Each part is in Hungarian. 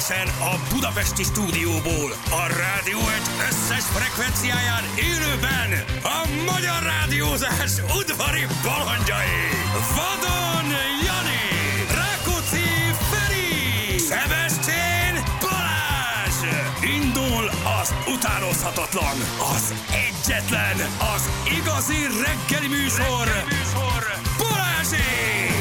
Élőben a budapesti stúdióból, a rádió egy összes frekvenciáján élőben a magyar rádiózás udvari balandjai. Vadon Jani, Rákóczi Feri, Szebestén Balázs. Indul az utánozhatatlan, az egyetlen, az igazi reggeli műsor, Balázsék!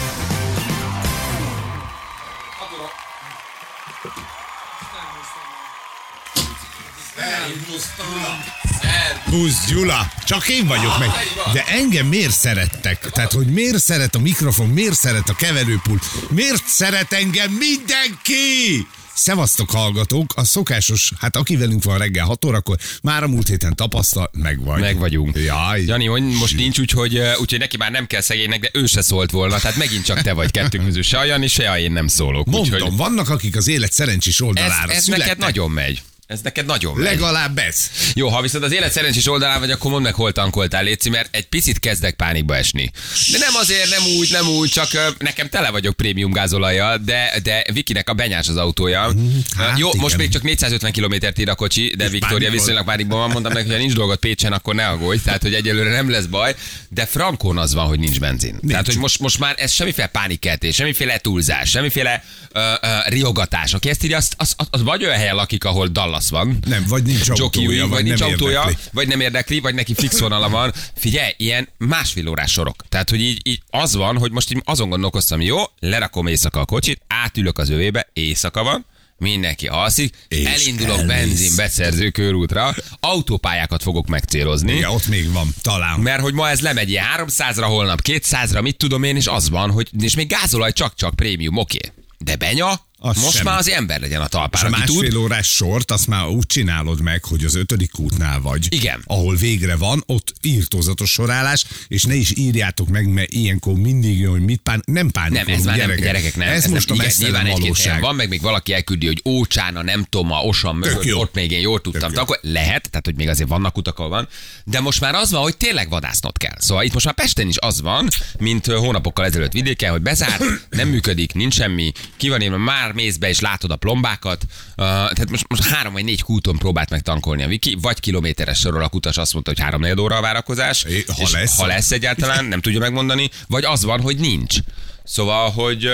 Busz Gyula, csak én vagyok meg. De engem miért szerettek? Tehát, hogy miért szeret a mikrofon, miért szeret a keverőpult, miért szeret engem mindenki? Szevasztok hallgatók, a szokásos, hát aki velünk van reggel 6 órakor, már a múlt héten tapasztal, meg vagyunk. Jaj. Jani, most nincs, úgyhogy neki már nem kell szegénynek, de ő se szólt volna, tehát megint csak te vagy kettőnk közül, se a Jani, se a én nem szólok. Mondom, úgyhogy vannak, akik az élet szerencsés oldalára ez születtek. neked nagyon megy. Ez neked nagyon megy. Legalább ez. Jó, ha viszont az élet szerencsés oldalán vagy, akkor mondd meg, hol tankoltál, Léci, mert egy picit kezdek pánikba esni. De nem azért, nem úgy, csak nekem tele vagyok prémium gázolajjal, de Vikinek a benyás az autója. Hát jó, igen. most még csak 450 kilométert ír a kocsi, de Viktória viszonylag pánikban van, mondtam neki, hogy ha nincs dolgot Pécsen, akkor ne aggódj, tehát hogy egyelőre nem lesz baj, de Frankón az van, hogy nincs benzin. Nincs. Tehát, hogy most már ez semmiféle pánikkeltés, semmiféle túlzás, semmiféle riogatás. Aki ezt írja, az vagy olyan helyen lakik, ahol Dallas van. Nem, vagy nincs autója, vagy nincs nem autója, érdekli. vagy nem érdekli, vagy neki fix vonala van. Figyelj, ilyen másfél órás sorok. Tehát, hogy így az van, hogy most így azon gondolkoztam, jó, lerakom éjszaka a kocsit, átülök az övébe, éjszaka van, mindenki alszik, És elindulok elmész. benzinbeszerző körútra, autópályákat fogok megcélozni. Igen, ott még van, talán. Mert hogy ma ez lemegy ilyen 300-ra, holnap 200-ra, mit tudom én, és az van, hogy és még gázolaj csak prémium, oké. De benya, Az most semmi. már az ember legyen a És talpán, a aki tud. másfél órás sort, azt már úgy csinálod meg, hogy az 5. útnál vagy. Igen. Ahol végre van, ott írtózatos sorálás, és ne is írjátok meg, mert ilyenkor mindig jön, hogy mit nem pánikolunk, Nem, ez már nem, gyerekek, nem. Ez most nem, a igen, messzelen nyilván egy-két helyen valóság. van, meg még valaki elküldi, hogy Ócsána, nem Toma, Osan mögött, jó. ott még én jól tudtam. Tök jó. Akkor lehet, tehát hogy még azért vannak utak, ahol van, de most már az van, hogy tényleg vadásznod kell. Szóval itt most már Pesten is az van, mint hónapokkal ezelőtt vidéken, hogy bezárt, nem működik, nincs semmi, ki van írva, már mész be és látod a plombákat. Tehát most 3 vagy 4 kúton próbált meg tankolni a Viki, vagy kilométeres sorol a kutas azt mondta, hogy 3-4 óra a várakozás, ha lesz egyáltalán, nem tudja megmondani, vagy az van, hogy nincs. Szóval, hogy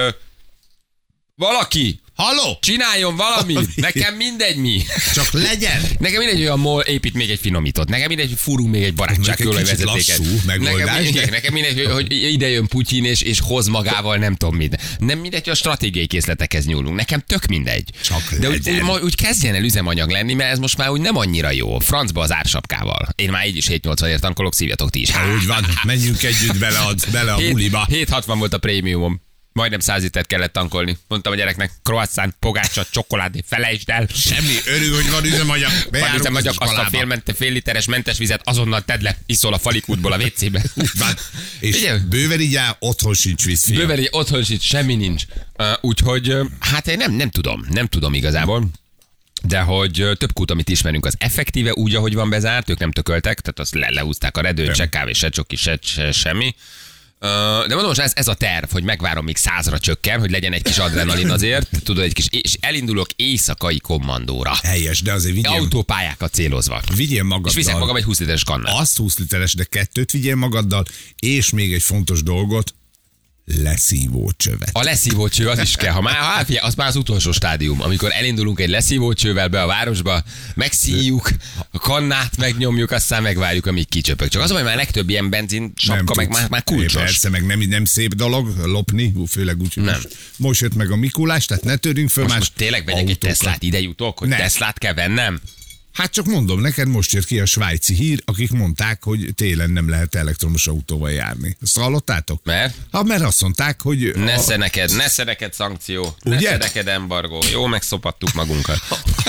valaki Halló? csináljon valamit, nekem mindegy mi. Csak legyen. Nekem mindegy, hogy a MOL épít még egy finomítót. Nekem mindegy, hogy furunk még egy barátságkőolaj Kicsit vezetéket. lassú megoldás, Nekem mindegy, hogy ide jön Putyin és hoz magával nem tudom mit. Nem mindegy, hogy a stratégiai készletekhez nyúlunk. Nekem tök mindegy. Csak de legyen. úgy kezdjen el üzemanyag lenni, mert ez most már úgy nem annyira jó. Francba az ársapkával. Én már így is 780-ért tankolok, szívjatok ti is. Úgy van, menjünk együtt bele a buliba. 760 volt a prémiumom. Majdnem 100 litert kellett tankolni. Mondtam a gyereknek, croissant, pogácsa, csokoládé, felejtsd el. Semmi, örül, hogy van üzemanyag. Van Bejárunk üzemanyag, az azt a iskolába. fél literes mentes vizet azonnal tedd le, iszol a falikútból a WC-be. Van. És Figyelj. bőven így áll, otthon sincs víz. Bőven egy otthon sincs, semmi nincs. Úgyhogy, hát én nem tudom igazából. De hogy több kút, amit ismerünk, az effektíve úgy, ahogy van bezárt, ők nem tököltek, tehát azt lehúzták a redőt, se kávé, se csoki, se semmi. De mondom, most ez a terv, hogy megvárom, míg 100-ra csökken, hogy legyen egy kis adrenalin azért, tudod, egy kis, és elindulok éjszakai kommandóra. Helyes, de azért vigyél, Autópályákat célozva. vigyél És viszek magaddal. magam egy 20 literes kannát. Azt 20 literes, de 2 vigyél magaddal, és még egy fontos dolgot, leszívócsövet. A leszívócső az is kell. Figyelj, az már az utolsó stádium, amikor elindulunk egy leszívócsővel be a városba, megszívjuk, a kannát megnyomjuk, aztán megvárjuk, amíg kicsöpög. Csak az, hogy már legtöbb ilyen benzin sapka, meg már kulcsos. Persze, meg nem szép dolog lopni, főleg úgy, hogy Nem. most jött meg a Mikulás, tehát ne törjünk föl Most tényleg vegyek egy autókat. Teslát, ide jutok, hogy Ne. Teslát kell vennem? Hát csak mondom, neked most jött ki a svájci hír, akik mondták, hogy télen nem lehet elektromos autóval járni. Ezt hallottátok? Mert? Mert azt mondták, hogy... Nesze neked szankció, Ugye? nesze neked embargó. Jó, megszopattuk magunkat.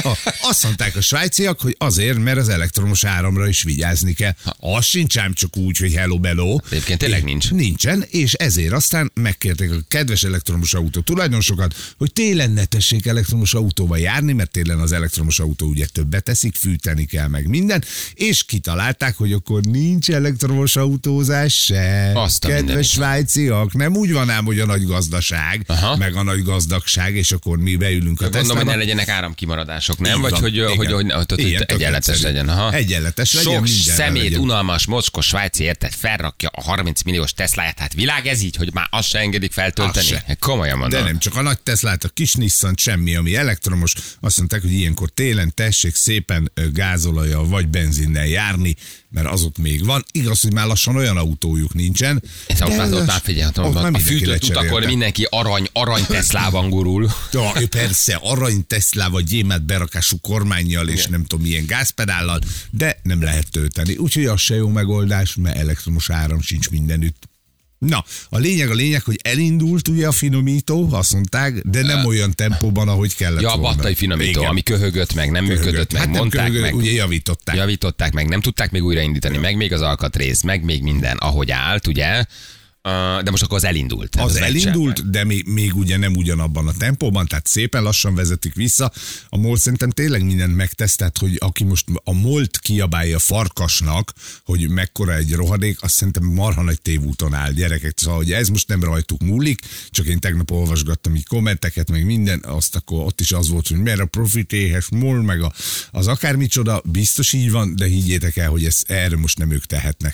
Azt mondták a svájciak, hogy azért, mert az elektromos áramra is vigyázni kell. Az sincs ám csak úgy, hogy hello bello. Egyébként tényleg nincs. Nincsen, és ezért aztán megkérték a kedves elektromos autó tulajdonosokat, hogy télen ne tessék elektromos autóval járni, mert télen az elektromos autó ugye többet teszik, fűteni kell meg minden, és kitalálták, hogy akkor nincs elektromos autózás se. Kedves svájciak, nem úgy van ám, hogy a nagy gazdaság, meg a nagy gazdagság, és akkor mi beülünk a Teslába. Gondolom, hogy ne legyenek áramkimaradások, nem? Vagy hogy egyenletes legyen. Aha. Egyenletes legyen. Sok szemét, unalmas, mocskos svájci érted felrakja a 30 milliós Tesláját. Hát világ ez így, hogy már azt se engedik feltölteni. Komolyan mondom. De nem csak a nagy Teslát, a kis Nissan, semmi, ami elektromos. Azt mondták, hogy ilyenkor télen tessék szépen gázolajjal vagy benzinnel járni, mert azok még van. Igaz, hogy már lassan olyan autójuk nincsen. Ott már figyelj, a fűtött utakon mindenki arany Teslában gurul. Ja, persze, arany Teslával, gyémánt berakású kormánnyal, és nem tudom milyen gázpedállal, de nem lehet tölteni. Úgyhogy az se jó megoldás, mert elektromos áram sincs mindenütt. Na, a lényeg, hogy elindult ugye a finomító, azt mondták, de nem olyan tempóban, ahogy kellett volna. Ja, a battai finomító, igen. Ami köhögött meg, nem működött meg, mondták köhögött, meg. Ugye javították meg, nem tudták még újraindítani, meg még az alkatrész, meg még minden, ahogy állt, ugye. De most akkor az elindult. Az elindult, de még ugye nem ugyanabban a tempóban, tehát szépen lassan vezetik vissza. A MOL szerintem tényleg mindent megtesz, tehát hogy aki most a MOL-t kiabálja farkasnak, hogy mekkora egy rohadék, azt szerintem marha nagy tévúton áll, gyerekek. Szóval, hogy ez most nem rajtuk múlik, csak én tegnap olvasgattam így kommenteket, meg minden, azt akkor ott is az volt, hogy mert a profitéhes MOL, meg az akármicsoda, biztos így van, de higgyétek el, hogy erre most nem ők tehetnek.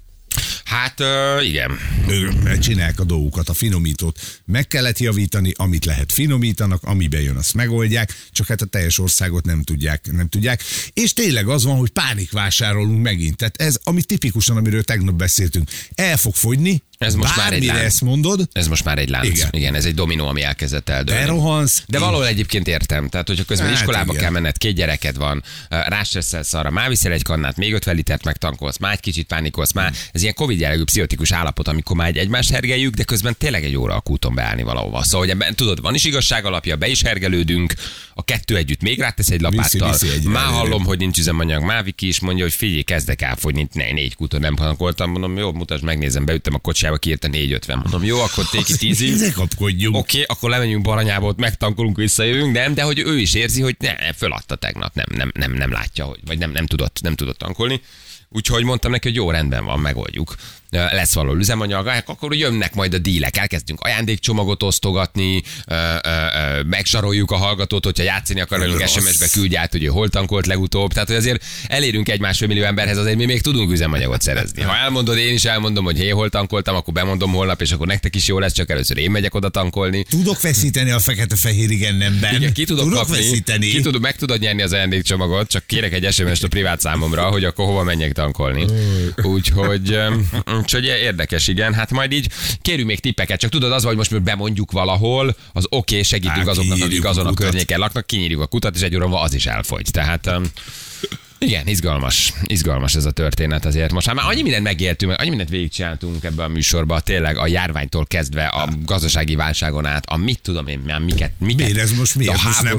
Hát igen. Csinálják a dolgokat, a finomítót meg kellett javítani, amit lehet finomítanak, ami bejön, azt megoldják, csak hát a teljes országot nem tudják. És tényleg az van, hogy pánikvásárolunk megint. Tehát ez, ami tipikusan, amiről tegnap beszéltünk, el fog fogyni. Ez most már egy lánc. Ezt mondod. Ez most már egy lánc. Igen, ez egy dominó, ami elkezdett eldőlni. Rohansz. De valahol egyébként értem. Tehát, hogyha közben iskolába kell menned, 2 gyereked van, rástresszelsz arra, már viszel egy kannát, még 50 litert megtankolsz, már egy kicsit pánikolsz, már ez ilyen Covid jellegű pszichotikus állapot, amikor már egymást hergeljük, de közben tényleg egy óra a kúton beállni valahova. Szóval, hogy ebben, tudod, van is igazság alapja, be is hergelődünk, a 2 együtt még rátesz egy lapáttal. Már hallom, hogy nincs üzemanyag, már Viki is mondja, hogy figyelj, kezdek elfogyni, 4 kúton nem tankoltam, mondom, jó, mutasd, megnézem, beüttem a kocsiába, kiírta 450. Mondom, jó, akkor take it easy. Oké, akkor lemegyünk Baranyába, ott megtankolunk, visszajövünk, de hogy ő is érzi, hogy föladta tegnap, nem látja, hogy, vagy nem tudott tankolni. Úgyhogy mondtam neki, hogy jó, rendben van, megoldjuk. Lesz való üzemanyag, akkor jönnek majd a dílek, elkezdünk ajándékcsomagot osztogatni, megzsaroljuk a hallgatót, hogyha játszani akar velünk, SMS-be küldj át, hogy ő hol tankolt legutóbb. Tehát, hogy azért elérünk 1,5 millió emberhez, azért mi még tudunk üzemanyagot szerezni. Ha elmondod, én is elmondom, hogy hol tankoltam, akkor bemondom holnap, és akkor nektek is jó lesz, csak először én megyek oda tankolni. Tudok veszíteni a fekete-fehér igennemben. Igen, ki tudok kapni, veszíteni. Meg tudod nyerni az ajándékcsomagot, csak kérek egy SMS-t a privát számomra, hogy akkor hova menjek tankolni. Úgyhogy érdekes, igen. Hát majd így kérünk még tippeket, csak tudod, az, hogy most bemondjuk valahol, az oké, segítünk azoknak, akik azon a környéken laknak, kinyírjuk a kutat, és egy óra az is elfogy. Tehát igen, izgalmas ez a történet azért. Most már annyi mindent megéltünk, annyi mindent végigcsináltunk ebben a műsorban, tényleg a járványtól kezdve a gazdasági válságon át, a mit tudom én, már miket miért ez most miért?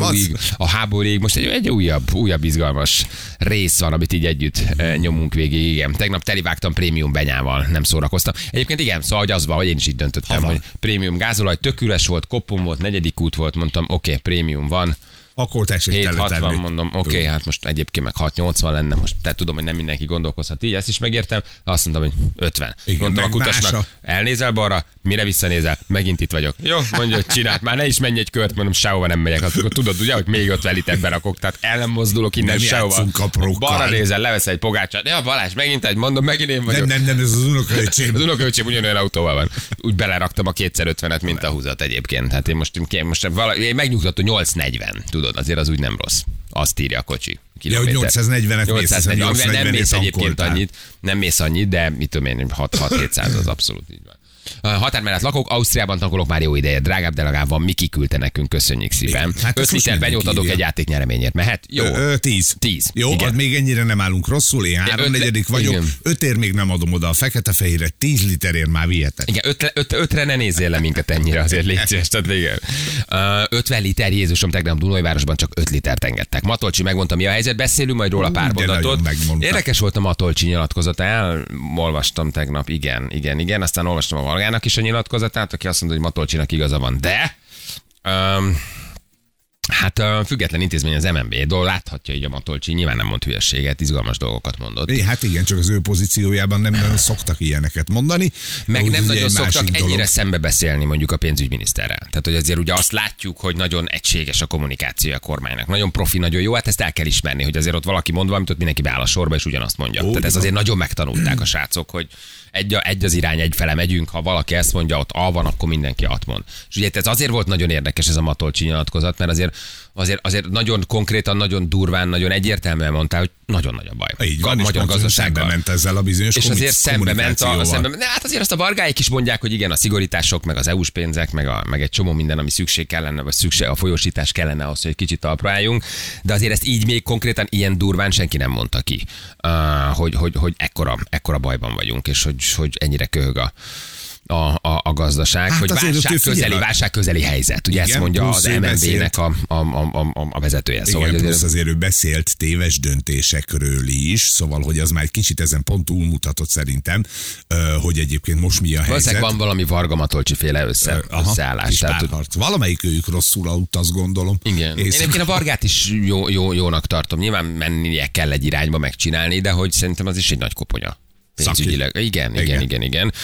A háborúig, most egy újabb izgalmas rész van, amit így együtt nyomunk végig, igen. Tegnap telivágtam prémium benyával, nem szórakoztam. Egyébként igen, szóval hogy az van, hogy én is így döntöttem, hogy prémium gázolaj, tök üres volt, koppom volt, 4. út volt, mondtam, oké, prémium van. Akkor tessék 760, mondom, oké, hát most egyébként meg 680 lenne, most tehát tudom, hogy nem mindenki gondolkozhat így, ezt is megértem, azt mondtam, hogy 50. Igen, mondtam a kutasnak, elnézel balra, mire visszanézel, megint itt vagyok. Jó, mondja, hogy csinált, már ne is menj egy kört, mondom, sehova nem megyek, akkor tudod, ugye, hogy még 50 litert berakok, tehát el nem mozdulok innen sehova. Balra nézel, levesz egy pogácsát, ja, Balázs, megint egy, mondom, megint én vagyok. Nem, ez az unokaöcsém. Az unokaöcsém ugyanolyan autóval van. Úgy beleraktam a 2x50-et, mint a 20-at egyébként. Hát én most én megnyugtató 840, tudod, azért az úgy nem rossz. Azt írja a kocsi. Ja, hogy 840-et mész, nem mész egyébként annyit, de mit tudom én, 6-700 az abszolút így van. Határ mellett lakok, Ausztriában tankolok már jó ideje. Drágább, de legalább van. Miki küldte nekünk, köszönjük szépen. Hát 5 liter benyót adok egy játéknyereményért. Mehet? Jó. 10. 10. Jó, Igen. hát még ennyire nem állunk rosszul, én 3/4 vagyok. Igen. 5 még nem adom oda a fekete-fehéret, 10 literért már vihetek. Igen, 5-re ne nézzél le minket ennyire, azért légy szíves, tehát igen. 50 liter, Jézusom, tegnap Dunajvárosban csak 5 litert engedtek. Matolcsi megmondta, mi a helyzet, beszélünk majd róla pár de nagyon mondatot. megmondta. Érdekes volt a Matolcsi nyilatkozata, elolvastam tegnap, igen, aztán olvastam a Valgának is a nyilatkozatát, aki azt mondta, hogy Matolcsinak igaza van, de... Hát független intézmény az MNB-től láthatja így a Matolcsi, nyilván nem mond hülyeséget, izgalmas dolgokat mondott. Hát igen, csak az ő pozíciójában nem nagyon szoktak ilyeneket mondani. Meg nem nagyon szoktak ennyire dolog. szembe beszélni mondjuk a pénzügyminiszterrel. Tehát, hogy azért ugye azt látjuk, hogy nagyon egységes a kommunikációja a kormánynak. Nagyon profi, nagyon jó, hát ezt el kell ismerni, hogy azért ott valaki mond valamit, ott mindenki beáll a sorba, és ugyanazt mondja. Tehát ez azért nagyon megtanulták a srácok, hogy egy az irány, egyfele megyünk, ha valaki ezt mondja, ott A van, akkor mindenki at mond. És ugye ez azért volt nagyon érdekes ez a Matolcsi nyilatkozat, mert azért nagyon konkrétan, nagyon durván, nagyon egyértelműen mondta, hogy nagyon nagy a baj. Így van, magyar gazdasággal ment ezzel a bizonyos és azért szembe ment kommunikációval. hát azért azt a vargáik is mondják, hogy igen, a szigorítások, meg az EU-s pénzek, meg egy csomó minden, ami szükség kellene, vagy szükség a folyósítás kellene ahhoz, hogy egy kicsit talpra álljunk, de azért ezt így még konkrétan ilyen durván senki nem mondta ki, hogy ekkora bajban vagyunk, és hogy ennyire köhög a gazdaság, hát hogy válság közeli helyzet. Ugye igen, ezt mondja az MNB-nek a vezetője. Szóval, igen, plusz azért ő beszélt téves döntésekről is, szóval, hogy az már egy kicsit ezen pont túlmutatott szerintem, hogy egyébként most mi a helyzet. Valószínűleg van valami Varga Matolcsi féle összeállás. Párharc. Valamelyik őjük rosszul aludt, azt gondolom. Igen. Én egyébként a Vargát is jónak tartom. Nyilván mennie kell egy irányba megcsinálni, de hogy szerintem az is egy nagy koponya. Pénzügyileg. Igen.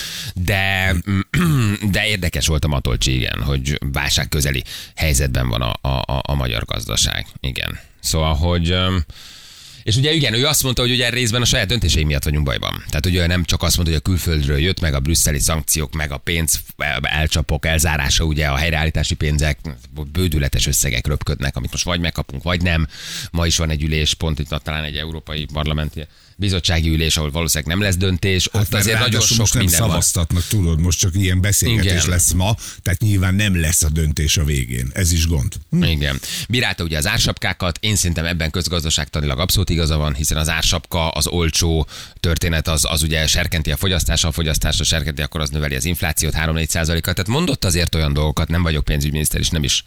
De érdekes volt a Matolcsi, igen, hogy válság közeli helyzetben van a magyar gazdaság. Igen. Szóval, hogy... És ugye igen, ő azt mondta, hogy ugye részben a saját döntései miatt vagyunk bajban. Tehát ugye nem csak azt mondta, hogy a külföldről jött, meg a brüsszeli szankciók, meg a pénz elcsapok, elzárása, ugye a helyreállítási pénzek, bődületes összegek röpködnek, amit most vagy megkapunk, vagy nem. Ma is van egy ülés, pont itt talán egy európai parlamenti bizottsági ülés, ahol valószínűleg nem lesz döntés. Hát ott azért nagyon sok most nem minden szavaztatnak, tudod, most csak ilyen beszélgetés igen. lesz ma, tehát nyilván nem lesz a döntés a végén. Ez is gond. Igen. Bírálta ugye az ársapkákat, én szerintem ebben közgazdaságtanilag abszolút igaza van, hiszen az ársapka, az olcsó történet, az ugye serkenti a fogyasztásra serkenti, akkor az növeli az inflációt 3-4%-kal. Tehát mondott azért olyan dolgokat, nem vagyok pénzügyminiszter, és nem is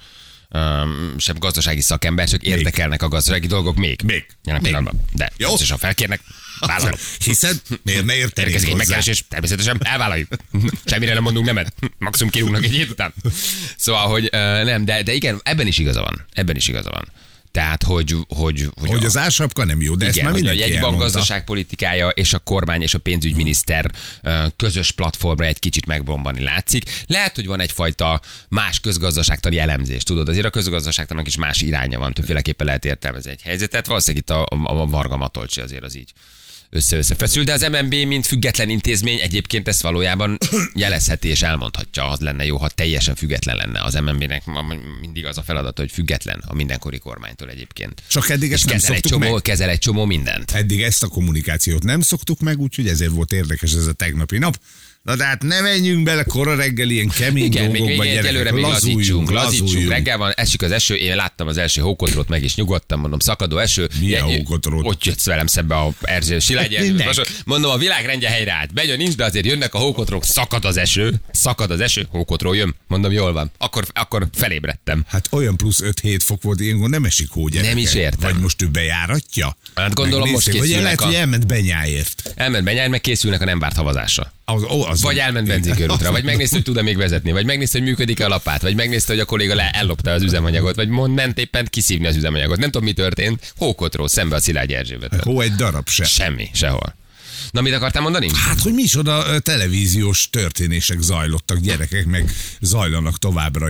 sem gazdasági szakember, csak érdekelnek a gazdasági dolgok még. Jelen pillanatban. De jó. És ha felkérnek, vállalom. Hiszed? Miért ne értenék hozzá? Egy megkeresés, természetesen elvállaljuk. Semmire nem mondunk nemet. Maximum kirúgnak egy hét után. Szóval, hogy nem, de igen, ebben is igaza van. Tehát, hogy az ársapka nem jó, de igen, ezt már mindenki elmondta. Egy gazdaságpolitikája és a kormány és a pénzügyminiszter közös platformra egy kicsit megbombani látszik. Lehet, hogy van egyfajta más közgazdaságtani elemzés, tudod, azért a közgazdaságtanak is más iránya van, többféleképpen lehet értelmezni egy helyzetet. Valószínűleg itt a Varga Matolcsi azért az így összefeszül, de az MNB, mint független intézmény egyébként ezt valójában jelezheti és elmondhatja, az lenne jó, ha teljesen független lenne. Az MNB-nek mindig az a feladat, hogy független a mindenkori kormánytól egyébként. Csak eddig ezt nem szoktuk meg. Kezel egy csomó mindent. Eddig ezt a kommunikációt nem szoktuk meg, úgyhogy ezért volt érdekes ez a tegnapi nap. Na de hát ne menjünk bele kora reggel ilyen kemény dolgokba, gyerekek. Előre még lazítsunk. Reggel van, esik az eső, én láttam az első hókotrót, meg is nyugodtan, mondom, szakadó eső. Milyen hókotrót? Ott jössz velem szembe a Erzsébet Szilágyi. Mondom, a világrendje helyre állt. Begy nincs, de azért jönnek a hókotrók, szakad az eső, hókotró jön. Mondom, jól van. Akkor felébredtem. Hát olyan plusz 5-7 fok volt, ilyenkor nem esik hó, gyerekek. Nem is értem. Vagy most ő bejáratja? Hát gondolom most készülnek. Vagy lehet, hogy elment Benyáért. Elment Benyáért, meg készülnek a nem várt havazásra. Vagy elment benzinkörútra, vagy megnézte, hogy tud-e még vezetni, vagy megnézte, hogy működik-e a lapát, vagy megnézte, hogy a kolléga ellopta az üzemanyagot, vagy ment éppen kiszívni az üzemanyagot. Nem tudom, mi történt. Hókotró szembe a Szilágyi Erzsébettel. Hó egy darab se. Semmi, sehol. Na, mit akartál mondani? Hát, hogy mi is oda televíziós történések zajlottak, gyerekek, meg zajlanak továbbra is.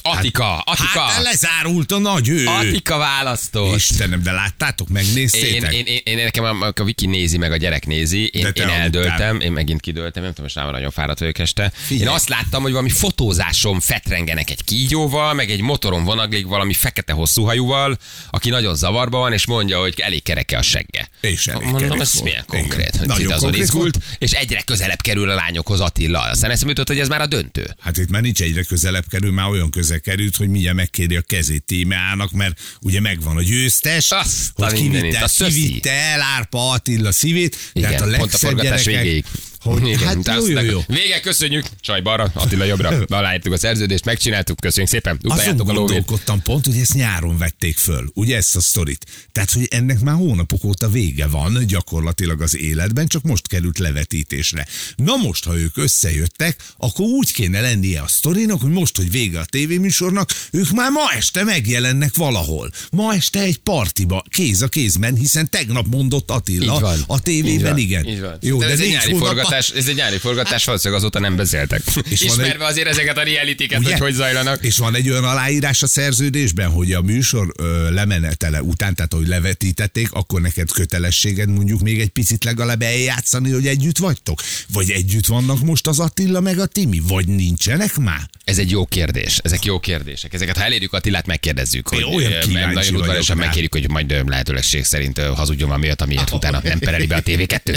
Attika. Hát lezárult a nagy ő. Attika választott. Istenem, de láttátok, megnéztétek? Én nekem a Viki nézi, meg a gyerek nézi, én eldöltem, én megint kidöltem, nem tudom, most már nagyon fáradt vagyok este. Figyelj. Én azt láttam, hogy valami fotózásom fetrengenek egy kígyóval, meg egy motoron vonaglik valami fekete hosszú hajúval, aki nagyon zavarban van, és mondja, hogy elég kereke a segge. És elég mondom, kerek ez volt. milyen konkrét, hogy Nagyon azon konkrét izgult, és egyre közelebb kerül a lányokhoz Attila. Aztán eszembe jutott, hogy ez már a döntő. Hát itt már nincs egyre közelebb kerül, már olyan közel került, hogy mindjárt megkéri a kezét témának, mert ugye megvan a győztes, hogy kivitte el Árpa Attila szívét, tehát a legszebb gyerekek. Hogy, hát jó. Vége, köszönjük. Csaj balra, Attila jobbra. Aláírtuk a szerződést, megcsináltuk, köszönjük szépen. Azon gondolkodtam pont, hogy ezt nyáron vették föl, ugye ezt a sztorit. Tehát, hogy ennek már hónapok óta vége van gyakorlatilag az életben, csak most került levetítésre. Na most, ha ők összejöttek, akkor úgy kéne lennie a sztorinak, hogy most, hogy vége a tévéműsornak, ők már ma este megjelennek valahol. Ma este egy partiba, kéz a kézben, hiszen tegnap mondott Attila a tévében, igen. Jó, de ez egy nyári forgatás, valószínűleg azóta nem beszéltek. És ismerve azért ezeket a realityket, hogy zajlanak. És van egy olyan aláírás a szerződésben, hogy a műsor lemenetele után, tehát hogy levetítették, akkor neked kötelességed mondjuk még egy picit legalább eljátszani, hogy együtt vagytok? Vagy együtt vannak most az Attila meg a Timi? Vagy nincsenek már? Ez egy jó kérdés. Ezek jó kérdések. Ezeket, ha elérjük Attilát, megkérdezzük, hogy nagyon udvariasan megkérjük, hogy majd lehetőség szerint hazudjon valamiért, amiért utána nem pereli be a TV2.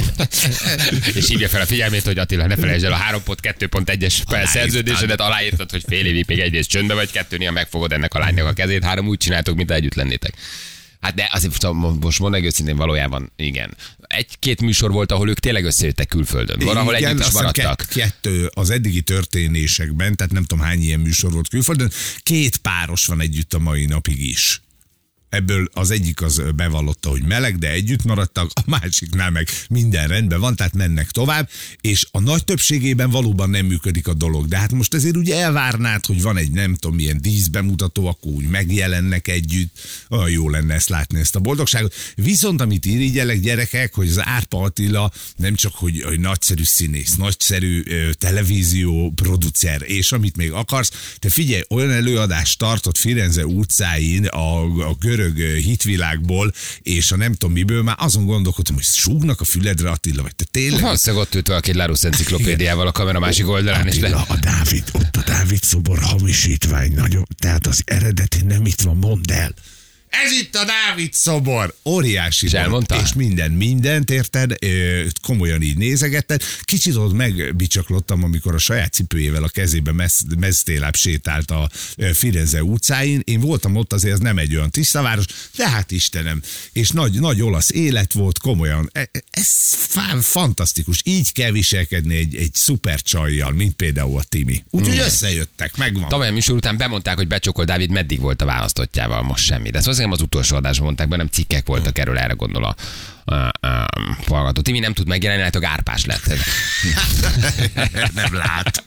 És hívja fel a figyelmét, hogy Attila, ne felejtsd el a 3.2.1-es szerződésedet, aláírtad, hogy fél évig még egyrészt csöndbe vagy, kettőnél megfogod ennek a lánynak a kezét, 3 úgy csináltok, mint együtt lennétek. Hát de azért most mondom őszintén, valójában igen. 1-2 műsor volt, ahol ők tényleg összejöttek külföldön. Van, ahol együtt is maradtak. Kettő az eddigi történésekben, tehát nem tudom hány ilyen műsor volt külföldön, 2 páros van együtt a mai napig is. Ebből az egyik az bevallotta, hogy meleg, de együtt maradtak, a másiknál meg minden rendben van, tehát mennek tovább, és a nagy többségében valóban nem működik a dolog. De hát most ezért ugye elvárnád, hogy van egy nem tudom milyen díszbemutató, akkor úgy megjelennek együtt, olyan jó lenne ezt látni, ezt a boldogságot. Viszont amit irigyelek gyerekek, hogy az Árpa Attila nem csak, hogy nagyszerű színész, nagyszerű televízió producer, és amit még akarsz, te figyelj, olyan előadást tartott Firenze utcáin a görög hitvilágból, és a nem tudom miből, már azon gondolkodtam, hogy súgnak a füledre, Attila, vagy te tényleg? Valószínűleg ott ült valaki Larusz enciklopédiával a kamera másik oldalán. Attila, ott a Dávid szobor hamisítvány nagyon, tehát az eredeti nem itt van, mondd el. Ez itt a Dávid szobor! Óriási. És elmondta? És mindent érted, komolyan így nézegetted. Kicsit ott megbicsaklottam, amikor a saját cipőjével a kezében meztéláb sétált a Firenze utcáin. Én voltam ott, azért ez nem egy olyan tiszta város, de hát Istenem. És nagy olasz élet volt, komolyan. Ez fantasztikus. Így kell viselkedni egy szuper csajjal, mint például a Timi. Úgyhogy összejöttek, megvan. Tavaly a műsor után bemondták, hogy Becsokol Dávid meddig volt a választottjával, most semmi. De nem az utolsó adásban mondták, mert nem cikkek voltak erről, erre gondol a hallgató. Timi nem tud megjelenni, hát a Árpás lett. Nem lát.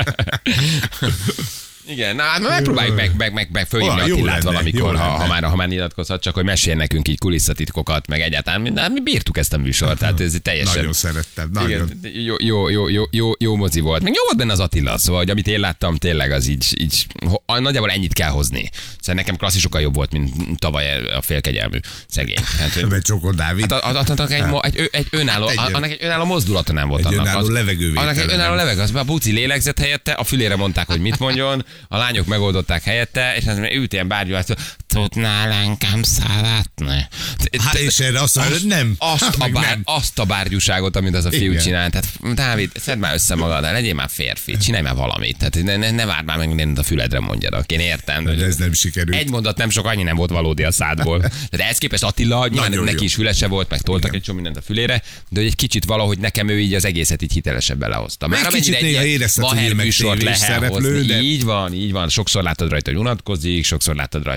Igen, na hát megpróbáljuk meg fölhívni Attilát valamikor, ha már nyilatkozhat, csak hogy mesélj nekünk így kulisszatitkokat, meg egyáltalán, mi bírtuk ezt a műsort, tehát ez teljesen... Nagyon szerettem, nagyon. Igen, jó mozi volt. Meg jó volt benne az Attila, szóval, hogy amit én láttam, tényleg az így nagyjából ennyit kell hozni. Szóval nekem klasszi sokkal jobb volt, mint tavaly a félkegyelmű szegény. Mert Csokor Dávid. Annak egy önálló mozdulata nem volt. Egy önálló levegővétel. Annak egy önálló levegő, az a buci lélegzett helyette, a fülére mondták, hogy mit mondjon, a lányok megoldották helyette, és ült ilyen bárgyú, tudnál engem szeretni? Hát és erre azt mondja, hogy nem. Azt a bárgyúságot, amit az a fiú csinál. Tehát Dávid, szedd már össze magad, legyél már férfi, csinálj már valamit. Tehát ne várd már meg mindent a füledre mondjanak. Én értem. De ez nem sikerült. Egy mondat nem sok, annyi nem volt valódi a szádból. De ehhez képest Attila, nyilván neki is fülese volt, meg toltak egy csomó mindent a fülére, de egy kicsit valahogy nekem ő így az egészet így hitelesebben lehozta. Már amennyire néha érezted, hogy ő meg szereplő, de... Így van. Sokszor látod rajta, hogy unatkozik, sokszor látod rajta, hogy jó,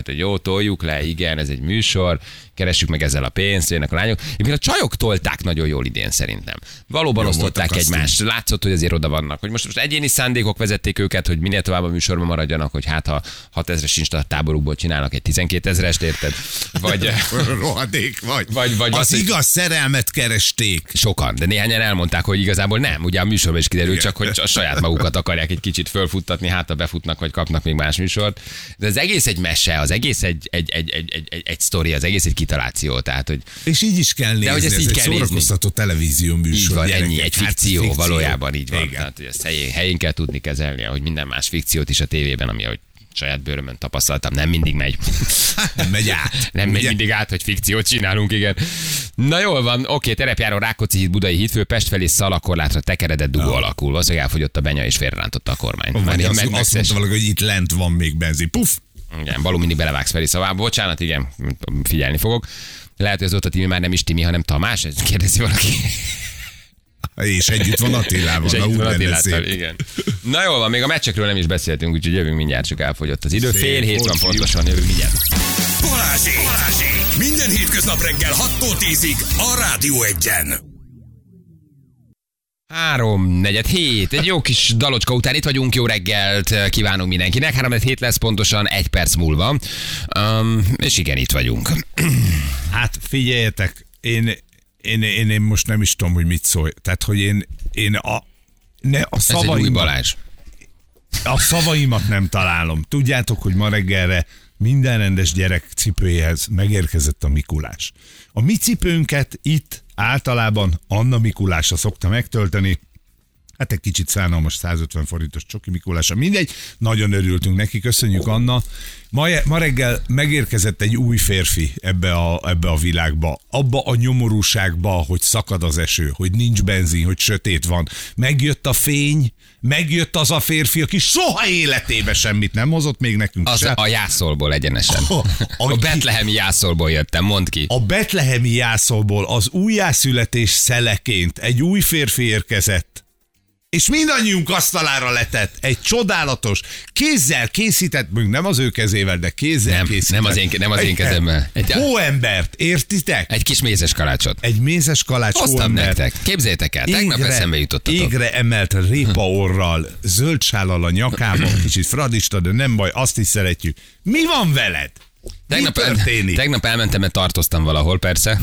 toljuk le, igen, ez egy műsor, keressük meg ezzel a pénzt, jönnek a lányok. Egyébként a csajok tolták nagyon jól idén szerintem. Valóban osztották egymást. Látszott, hogy azért oda vannak. Hogy most egyéni szándékok vezették őket, hogy minél tovább a műsorban maradjanak, hogy hát ha 6000-es Insta táborukból csinálnak egy 12 000-est, érted? Vagy rohadék vagy. Az igaz szerelmet keresték. Sokan, de néhányan elmondták, hogy igazából nem. Ugye a műsorban is kiderült, csak hogy a saját magukat akarják egy kicsit fölfuttatni, hát ha befutnak, vagy kapnak még más műsort. De az egész egy mese, az egész egy sztori, az egész egy kitaláció. Tehát, hogy... És így is kell nézni, ez így egy kell szórakoztató televízió műsor. Így van, ennyi, egy fikció, fikció valójában így van. Igen. Tehát, hogy ezt helyén kell tudni kezelni, ahogy minden más fikciót is a tévében, ami ahogy saját bőrömön tapasztaltam, nem mindig megy. Nem megy át. Nem megy mindig át, hogy fikciót csinálunk, igen. Na jól van, oké, terepjáró Rákóczi híd, Budai hídfő, Pest felé Szalakorlátra tekeredett dugó alakul. Valószínűleg elfogyott a benya és félrerántotta a kormányt. Azt mondta valaki, hogy itt lent van még benzin. Puff! Igen, való mindig belevágsz felé szavába. Bocsánat, igen, figyelni fogok. Lehet, hogy az ott a Timi már nem is Timi, hanem Tamás, ez kérdezi valaki. És együtt van Attilával. És együtt van Attilával, igen. Na jól van, még a meccsekről nem is beszéltünk, úgyhogy jövünk mindjárt, csak elfogyott az idő. Fél hét van pontosan, jövünk mindjárt. Balázsék! Minden hétköznap reggel 6-tól 10-ig a Rádió 1-en. 3-4-7, egy jó kis dalocska után itt vagyunk, jó reggelt kívánunk mindenkinek. 3-4-7 lesz pontosan 1 perc múlva. És igen, itt vagyunk. Hát figyeljetek, én most nem is tudom, hogy mit szólj. Tehát, hogy én a szavaimat nem találom. Tudjátok, hogy ma reggelre minden rendes gyerek cipőjéhez megérkezett a Mikulás. A mi cipőnket itt általában Anna Mikulása szokta megtölteni. Hát egy kicsit szánalmas 150 forintos Csoki Mikulása. Mindegy, nagyon örültünk neki, köszönjük Anna. Ma reggel megérkezett egy új férfi ebbe a világba, abba a nyomorúságba, hogy szakad az eső, hogy nincs benzin, hogy sötét van. Megjött a fény, megjött az a férfi, aki soha életébe semmit nem hozott még nekünk. Az a Jászolból egyenesen. A betlehemi Jászolból jöttem, mondd ki. A betlehemi Jászolból az újjászületés szeleként egy új férfi érkezett, és mindannyiunk asztalára letett egy csodálatos, kézzel készített, nem az ő kezével, de kézzel készített. Nem az én kezemmel. Hóembert, értitek? Egy kis mézes kalácsot. Egy mézes kalács hóembert. Nektek. Képzeljétek el, tegnap eszembe jutottatok. Égre emelt répaorral, zöld sállal a nyakában, kicsit fradista, de nem baj, azt is szeretjük. Mi van veled? Tegnap elmentem, mert tartoztam valahol, persze.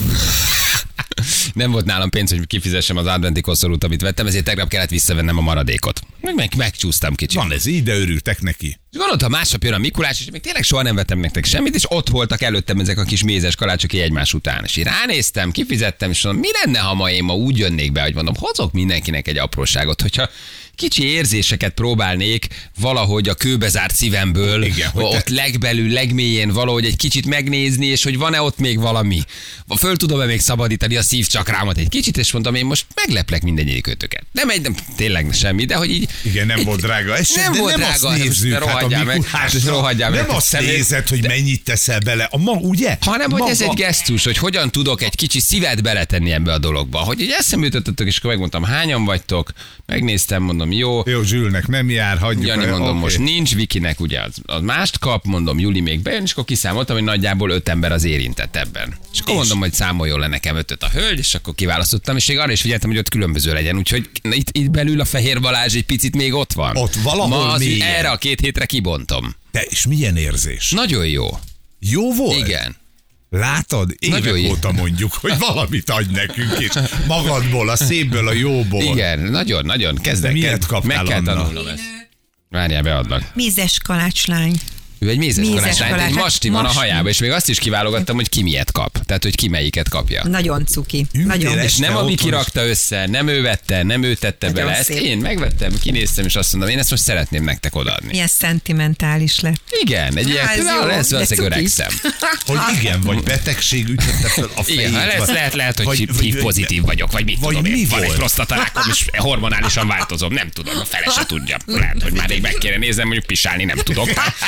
Nem volt nálam pénz, hogy kifizessem az adventi koszorút, amit vettem, ezért tegnap kellett visszavennem a maradékot. Megcsúsztam kicsit. Van ez így, de örültek neki. És gondoltam, másnap jön a Mikulás, és még tényleg soha nem vettem nektek semmit, és ott voltak előttem ezek a kis mézes kalácsok egymás után. És én ránéztem, kifizettem, és mondom, mi lenne, ha én ma úgy jönnék be, hogy mondom, hozok mindenkinek egy apróságot, hogyha kicsi érzéseket próbálnék valahogy a kőbezárt szívemből, igen, ott legbelül, legmélyén valahogy egy kicsit megnézni, és hogy van-e ott még valami. Föl tudom-e még szabadítani a szívcsakrámat egy kicsit, és mondtam, én most megleplek mindegyikőtöket. Nem tényleg semmi, de hogy így... Igen, nem volt drága. Nem volt drága. Azt nézzük, rohadjál meg. Nem azt nézed, hogy mennyit teszel bele. Ugye? Hanem, hogy ez egy gesztus, hogy hogyan tudok egy kicsi szívet beletenni ebbe a dologba. Hogy így eszembe jutottatok, és akkor megmondtam, hányan vagytok, megnéztem, mondom, jó. Jó, Zsülnek nem jár, hagyjuk. Jani, mondom, most nincs, Vikinek ugye az mást kap, mondom, Juli még bejön, és akkor kiszámoltam, hogy nagyjából 5 ember az érintett ebben. És akkor mondom, hogy számoljon le nekem 5-öt a hölgy, és akkor kiválasztottam, és még arra is figyeltem, hogy ott különböző legyen. Úgyhogy itt belül a Fehér Balázs egy picit még ott van. Ott valahol még. Erre a 2 hétre kibontom. De és milyen érzés? Nagyon jó. Jó volt? Igen. Látod? Évek óta mondjuk, hogy valamit adj nekünk, és magadból, a szépből, a jóból. Igen, nagyon kezdek. De miért kaptál, meg kell tanulnom ezt. Várjál, beadlak. Mézes kalácslány. Ő egy mézes kalácslány, egy masti van a hajába, és még azt is kiválogattam, hogy ki miért kap. Tehát, hogy ki melyiket kapja. Nagyon cuki. Nagyon. És nem a Viki rakta össze, nem ő vette, nem ő tette nagyon bele. Ezt én megvettem, kinéztem, és azt mondom, én ezt most szeretném nektek odaadni. Milyen szentimentális lett. Igen, egy ilyen, ez valószínűleg öregszem. Hogy igen, vagy betegség ütötte fel a fejét. Igen, lehet, hogy HIV pozitív vagyok, vagy mit tudom én. Van egy prostatarákom, és hormonálisan változom, nem tudom, a fele se tudja. Lehet, hogy már rég meg kéne néznem, mondjuk pisálni nem tudok.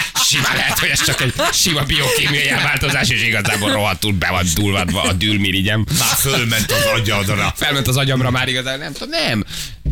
simán lehet, hogy ez csak egy sima biokémiai elváltozás, és igazából rohadtul be van dulvadva a dűlmirigyem. Már fölment az agyadra. Felment az agyamra már igazán, nem tudom, nem.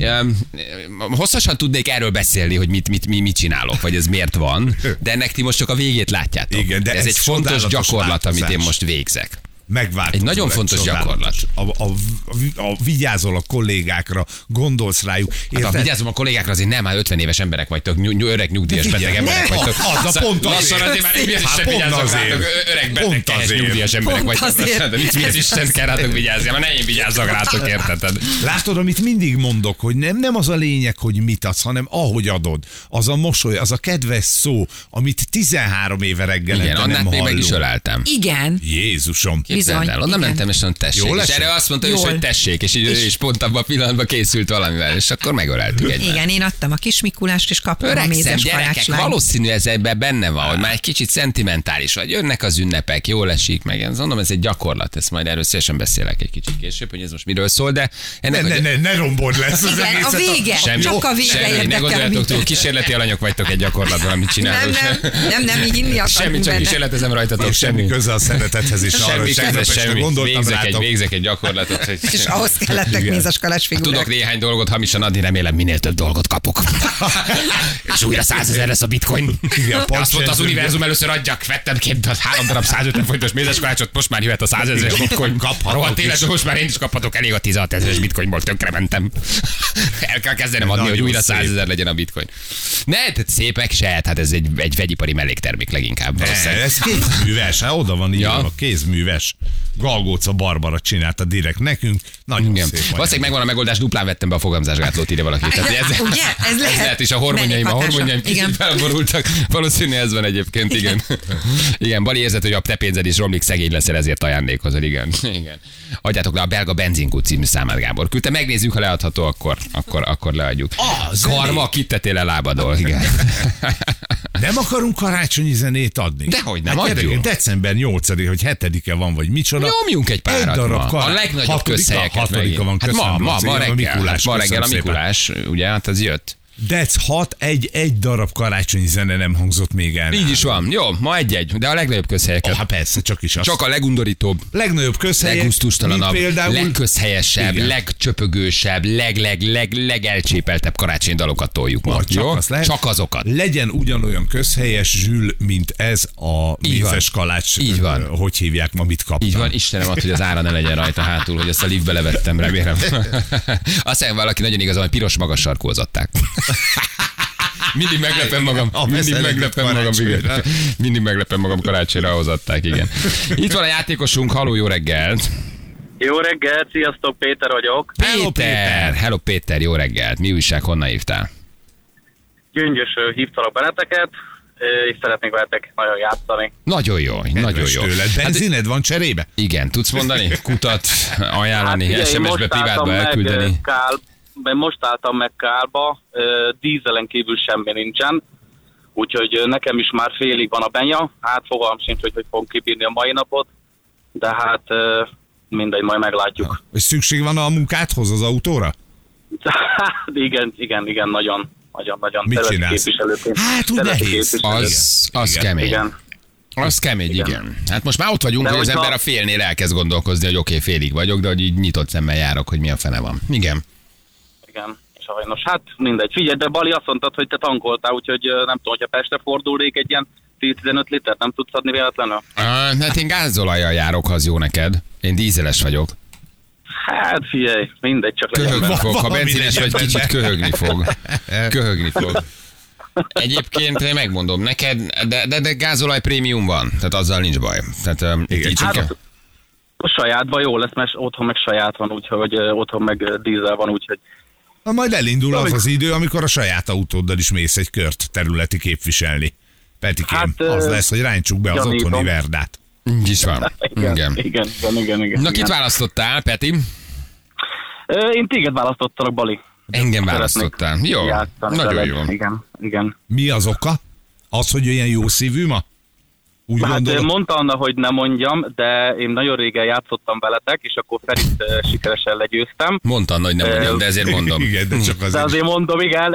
Hosszasan tudnék erről beszélni, hogy mit csinálok, vagy ez miért van, de ennek ti most csak a végét látjátok. Igen, de ez egy fontos csodálatos gyakorlat, amit én változás. most végzek. Megváltozol. Egy nagyon fontos csodálatos. gyakorlat. Vigyázol a kollégákra, gondolsz rájuk. Hát ha vigyázom a kollégákra, azért nem, már 50 éves emberek vagytok, öreg nyugdíjas beteg emberek vagytok. Az a pont azért. Lassan azért már én sem pont vigyázok azért. rátok, öreg beteg Pont tehes azért. nyugdíjas emberek Pont vagytok. azért. De mit Isten kell rátok vigyázni, mert ne én vigyázzak rátok, érted? Látod, amit mindig mondok, hogy nem az a lényeg, hogy mit adsz, hanem ahogy adod. Az a mosoly, az a kedves szó, amit 13 éve reggelente Igen, nem Annát még meg hallunk. is öleltem. Igen. Jézusom. Képzeld Bizony, el, onnan igen. mentem, és mondtam, tessék. Jól És esett? erre azt mondta is, Jól. hogy tessék, és pont abban a pillanatban készült valamivel, és akkor megöleltük egymást. Igen, én adtam a kis Mikulást, és kaptam a Öregszem, mézes gyerekek, karácslányt. valószínű ez ebben benne van, hogy már egy kicsit szentimentális vagy. Jönnek az ünnepek, jól esik meg. Én mondom, ez egy gyakorlat, ezt majd erről szívesen beszélek egy kicsit később, hogy ez most miről szól, de ennek Ne rombord lesz az Igen, a egészet. vége. semmi, Csak a vége semmi, ne érdekel gondoljatok minket. túl, kísérleti alanyok vagytok egy gyakorlatban, amit csináltok. Nem, így inni akarunk Semmi, csak benne. kísérletezem rajtatok, Semmi semmi. köze a szeretethez is. arra, Semmi hogy köze, tegnap este semmi. gondoltam rátok. Végzek egy gyakorlatot. Hogy És ahhoz kellettek Igen. mézes kalácsfigurák. tudok néhány dolgot hamisan adni, remélem minél több dolgot kapok. És újra 100 000 lesz a bitcoin. Igen, pont Azt mondta az sem univerzum először adjak, vettem 3 darab 150 forintos mézes kalácsot, most már jöhet a 100 000 bitcoin. Rohadt élet, most már én is kaphatok, elég a 16 000-es bitcoinból, tönkre mentem. El kell kezdenem adni, Nagyon hogy újra szép. 100 000 legyen a bitcoin. Ne, tehát szépek se, hát ez egy vegyipari melléktermék leginkább. valószínűleg. Ez kézműves, hát oda van írva, Ja. kézműves. Galgóca Barbara csinálta direkt nekünk. Nagyon Igen. szép. Valószínűleg megvan a megoldás, duplán vettem be a fogamzásgátlót, írja valaki. Tehát ez, Ugye? Ez lehet. és a hormonjaim Mellékhatása. kicsit Igen. felborultak. Valószínű ez van egyébként, igen. Igen, Bali érzed, hogy a te pénzed is romlik, szegény leszel, ezért ajándékozol, igen. Igen. Adjátok le a belga benzinkút című számát, Gábor. Küldte, megnézzük, ha leadható, akkor leadjuk. Karma, kit tettél el lábadól, igen. Nem akarunk karácsonyi zenét adni? Dehogy nem, gyerekek, adjunk. December 8-a, hogy 7-e van, vagy micsoda. Nyomjunk egy párat ma. A legnagyobb 6-a, közhelyeket 6-a megint. van, Hát köszönöm, Laci, ma a reggel. Mikulás, Ma reggel a köszönöm szépen. Mikulás, ugye, hát az jött. Dec 6, egy darab karácsonyi zene nem hangzott még el. Így is van. Jó, ma egy, de a legnagyobb közhelyeket. Hát persze, csak is az. Csak a legundorítóbb, legnagyobb közhelyek, leggusztustalanabb, mint például legközhelyesebb, Igen. legcsöpögősebb, legelcsépeltebb karácsonyi dalokat toljuk ma. Csak Jó? azt lehet. Csak azokat. legyen ugyanolyan közhelyes zsül, mint ez a Így van. mézes kalács. Így van. Hogy hívják ma, mit kaptam. Így van, Istenem ad, hogy az ára ne legyen rajta hátul, hogy ezt a liftbe levettem, remélem. Azt hiszem, valaki nagyon igazán, hogy piros magas sarkúhoz adták. Mindig meglepem magam. Igen. Mindig meglepem magam karácsonyra, ahhoz adták, igen. Itt van a játékosunk, haló, jó reggelt. Jó reggelt, sziasztok, Péter vagyok. Hello, Péter. Hello Péter, jó reggelt. Mi újság, honnan hívtál? Gyöngyösről hívtalak benneteket, és szeretnék veletek nagyon játszani. Nagyon jó, nagyon Kedves jó. tőled. Benzined van cserébe? Igen, tudsz mondani? Kutat ajánlani, figyelj, SMS-be, most álltam privátba meg, elküldeni. most álltam meg Kálba, dízelen kívül semmi nincsen, úgyhogy nekem is már félig van a benya, hát fogalmam sincs, hogy fogom kibírni a mai napot, de hát mindegy, majd meglátjuk. És szükség van a munkádhoz, az autóra? Igen, nagyon. Mit Területi csinálsz? képviselőként. Hát úgy Területi nehéz. képviselő. Az Igen. kemény. Igen. Az kemény, igen. Hát most már ott vagyunk, De hogy az hogyha- ember a félnél elkezd gondolkozni, hogy oké, félig vagyok, de hogy így nyitott szemmel járok, hogy mi a fene van. Igen. Igen, sajnos. Hát mindegy. Figyelj, de Bali azt mondtad, hogy te tankoltál, úgyhogy nem tudom, hogyha Pestre fordulnék egy ilyen 10-15 litert, nem tudsz adni véletlenül? Hát én gázolajjal járok, ha az jó neked. Én dízeles vagyok. Hát figyelj, mindegy, csak legyen Köhögni benne. fog, ha valami benzines vagy, legyen kicsit benne. köhögni fog. Köhögni fog. Egyébként én megmondom neked, de gázolaj prémium van, tehát azzal nincs baj. Tehát így csak Hát a sajátban jó lesz, mert otthon meg saját van, úgyhogy otthon meg dízel van, úgyhogy Na, majd elindul az idő, amikor a saját autóddal is mész egy kört területi képviselni. Petikém, Hát, az lesz, hogy ráncsuk be az gyanítom. otthoni verdát. így is van. Igen. Igen. Na, kit választottál, Peti? Én téged választottalak, Bali. Engem Szeretnék választottál. Jó, játszani nagyon veled. jó. Igen. Mi az oka? Az, hogy olyan jó szívű ma? Úgy Hát gondolod? mondta Anna, hogy ne mondjam, de én nagyon régen játszottam veletek, és akkor Ferit sikeresen legyőztem. Mondtam, hogy nem mondjam, de ezért mondom. Igen, de csak De azért. azért mondom, igen.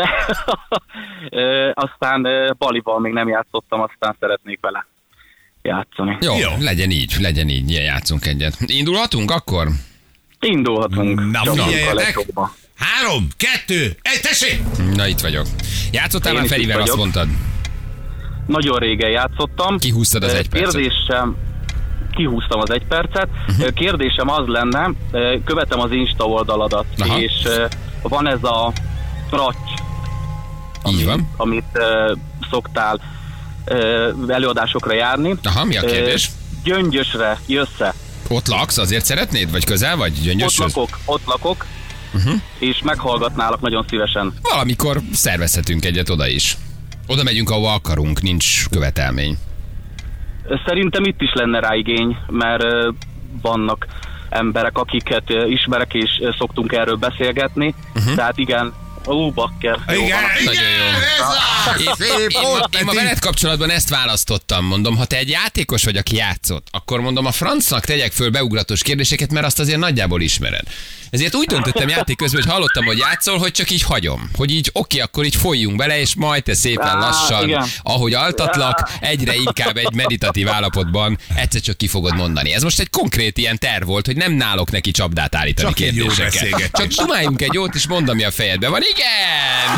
Aztán Balival még nem játszottam, aztán szeretnék vele játszani. Jó, Jó. legyen így, ilyen játszunk egyet. Indulhatunk akkor? Indulhatunk. Na, Csapjunk a figyeljetek! legjobba. 3, 2, 1, tessék! Na, itt vagyok. Játszottál Én már is itt Ferivel, azt vagyok. mondtad. Nagyon régen játszottam. Kihúztad az egy percet. Kérdésem, kihúztam az 1 percet. Kérdésem az lenne, követem az Insta oldaladat, Aha. és van ez a tracs, Így van. amit szoktál előadásokra járni. Aha, mi a kérdés? Gyöngyösre jössze. Ott laksz, azért szeretnéd? Vagy közel vagy? Gyöngyöshöz? Ott lakok, és meghallgatnálak nagyon szívesen. Valamikor szervezhetünk egyet oda is. Oda megyünk, ahova akarunk, nincs követelmény. Szerintem itt is lenne rá igény, mert vannak emberek, akiket ismerek, és szoktunk erről beszélgetni. Tehát igen, bakker. Jó, Igen, van. igen, Nagyon jó. ez a... Szép, Én ma veled kapcsolatban ezt választottam, mondom, ha te egy játékos vagy, aki játszott, akkor mondom a francnak tegyek föl beugratos kérdéseket, mert azt azért nagyjából ismered. Ezért úgy döntöttem játék közben, hogy hallottam, hogy játszol, hogy csak így hagyom. Hogy így oké, akkor így folyjunk bele, és majd te szépen lassan, igen. ahogy altatlak, egyre inkább egy meditatív állapotban egyszer csak ki fogod mondani. Ez most egy konkrét ilyen terv volt, hogy nem nálok neki csapdát állítani Csak egy jó kérdéseket. beszélgetés. Csak dumáljunk egy jót, és mondd, ami a fejedben van. Igen!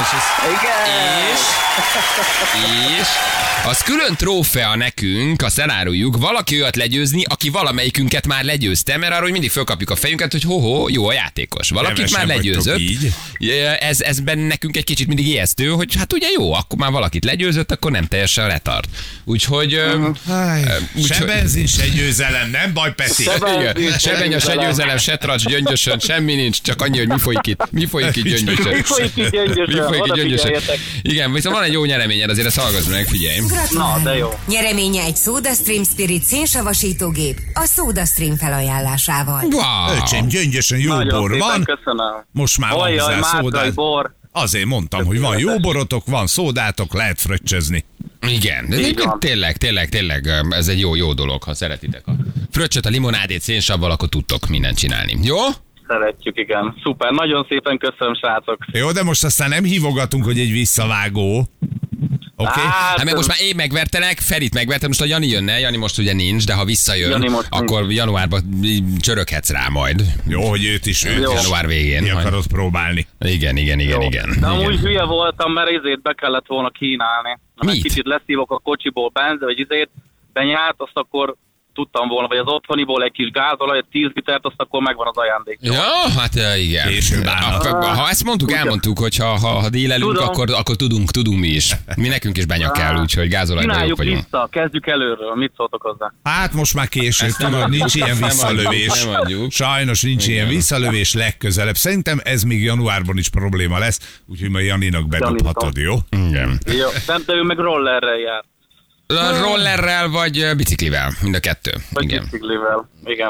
És az külön trófea nekünk, azt eláruljuk, valaki olyat legyőzni, aki valamelyikünket már legyőzte, mert arról hogy mindig fölkapjuk a fejünket, hogy jó a játékos. Valakit Kevesen már vagytok legyőzött. így. Ez nekünk egy kicsit mindig ijesztő, hogy hát ugye jó, akkor már valakit legyőzött, akkor nem teljesen letart. Úgyhogy... Se benzin, se győzelem, nem baj, Peti. Igen, se benya, se győzelem, se tracs, Gyöngyösön, semmi nincs, csak annyi, hogy mi folyik itt. Mi folyik itt Gyöngyösön? Mi folyik itt Gyöngyösön? Mi folyik itt Oda Gyöngyösön? figyeljetek. Igen, viszont van egy jó nyereményed, azért ezt hallgass meg, figyelj. Na, de jó. Nyereménye egy SodaStream Spirit szénsavasítógép a SodaStream felajánlásával. Wow. Öcsém, Gyöngyösen jó Nagyon bor szépen van. köszönöm. Most már van Ajjaj, hozzá márkai szódád. bor. Azért mondtam, hogy van jó borotok, van szódátok, lehet fröccsezni. Igen, de egyébként tényleg, ez egy jó dolog, ha szeretitek a fröccsöt, a limonádét szénsavval, akkor tudtok mindent csinálni. Jó? Szeretjük, igen. Szuper, nagyon szépen köszönöm, srácok. Jó, de most aztán nem hívogatunk, hogy egy visszavágó. Oké? Hát meg most már én megvertelek, Ferit megvertem, most a Jani jönne, Jani most ugye nincs, de ha visszajön, Jani most akkor januárban csöröghetsz rá majd. Jó, hogy őt is Jó. Január végén. ki majd. akarod próbálni. Igen. De amúgy hülye voltam, mert izét be kellett volna kínálni. Mert Mit? kicsit leszívok a kocsiból benz, vagy izét, benyált, azt akkor tudtam volna, vagy az otthoniból egy kis gázolaj, egy 10 litert, azt akkor megvan az ajándék. Ja, hát igen. Később állnak. Ha ezt mondtuk, elmondtuk, hogy ha dílelünk, Tudom. akkor tudunk mi is. Mi nekünk is benya kell, úgyhogy gázolajban jók Csináljuk vagyunk. vissza, kezdjük előről. Mit szóltok hozzá? Hát most már késő, tudod, nincs ilyen visszalövés. Nem adjuk. Sajnos nincs ilyen visszalövés legközelebb. Szerintem ez még januárban is probléma lesz, úgyhogy majd Janinak bedobhatod, jó? Igen. Jó, de ő meg rollerrel jár. Rollerrel vagy biciklivel, mind a kettő. Vagy Igen. biciklivel. Igen.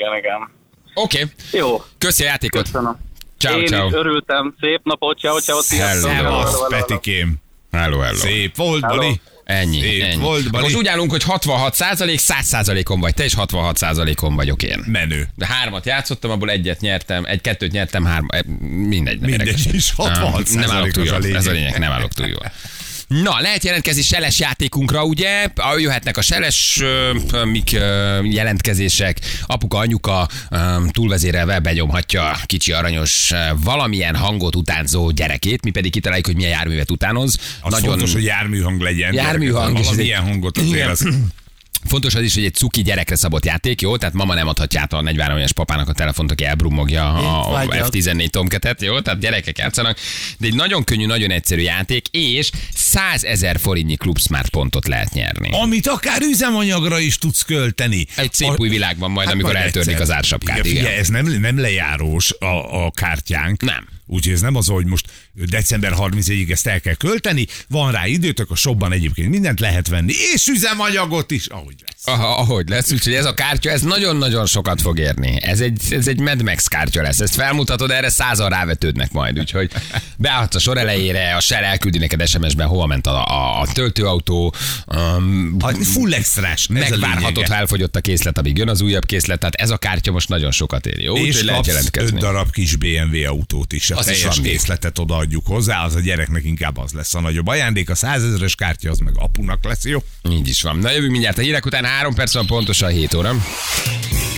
Oké. Jó, Köszi a játékot. köszönöm. Ciao, Én ciao. is örültem. Szép napot, ciao, sziasztok. Szevasz, Petikém. Hello. Szép volt, Hello. Bali. Ennyi. Szép volt, Bali. Most úgy állunk, hogy 66%, 100%-on vagy te, és 66%-on vagyok én. Menő. De 3-at játszottam, abból 1-et nyertem, 1-2-t nyertem, 3, mindegy. Nem Mindegy érdekes. is, 66% Nem állok túl az a jól. lényeg. Ez a lényeg, nem állok túl jól. Na, lehet jelentkezni seles játékunkra, ugye? Jöhetnek a seles jelentkezések. Apuka, anyuka túlvezérelve benyomhatja kicsi aranyos valamilyen hangot utánzó gyerekét, mi pedig kitaláljuk, hogy milyen járművet utánoz. Az fontos, hogy járműhang legyen. Járműhang, és ez Valamilyen egy- hangot azért Igen. az... Fontos az is, hogy egy cuki gyerekre szabott játék, jó? Tehát mama nem adhatja át a 43 éves papának a telefont, aki elbrummogja a F14 Tomcatet, jó? Tehát gyerekek játszanak. De egy nagyon könnyű, nagyon egyszerű játék, és 100 000 forintnyi Club Smart pontot lehet nyerni. Amit akár üzemanyagra is tudsz költeni. Egy szép új világban majd, amikor majd eltörlik egyszer. az ársapkát. Igen, Igen. figyelj, ez nem lejárós a kártyánk. Nem. Úgyhogy ez nem az, hogy most december 31-ig ezt el kell költeni, van rá időtök, a shopban egyébként mindent lehet venni, és üzemanyagot is, ahogy lesz. Ahogy lesz, úgyhogy ez a kártya, ez nagyon-nagyon sokat fog érni. Ez egy Mad Max kártya lesz. Ezt felmutatod, erre 100-an rávetődnek majd. Úgyhogy beadsz a sor elejére, a Shell elküldi neked SMS-ben, hova ment a töltőautó. Full extrás. Megvárhatod, ha elfogyott a készlet, amíg jön az újabb készlet. Tehát ez a kártya most nagyon sokat ér. Jó, És lehet kapsz jelentkezni. 5 darab kis BMW autót is. A Az is teljes van még. készletet odaadjuk hozzá, az a gyereknek inkább az lesz a nagyobb ajándék. A 100 000-es kártya az meg apunak lesz, jó? Így is van. Na jövünk mindjárt a hírek után, 3 perc van pontosan 7 óra.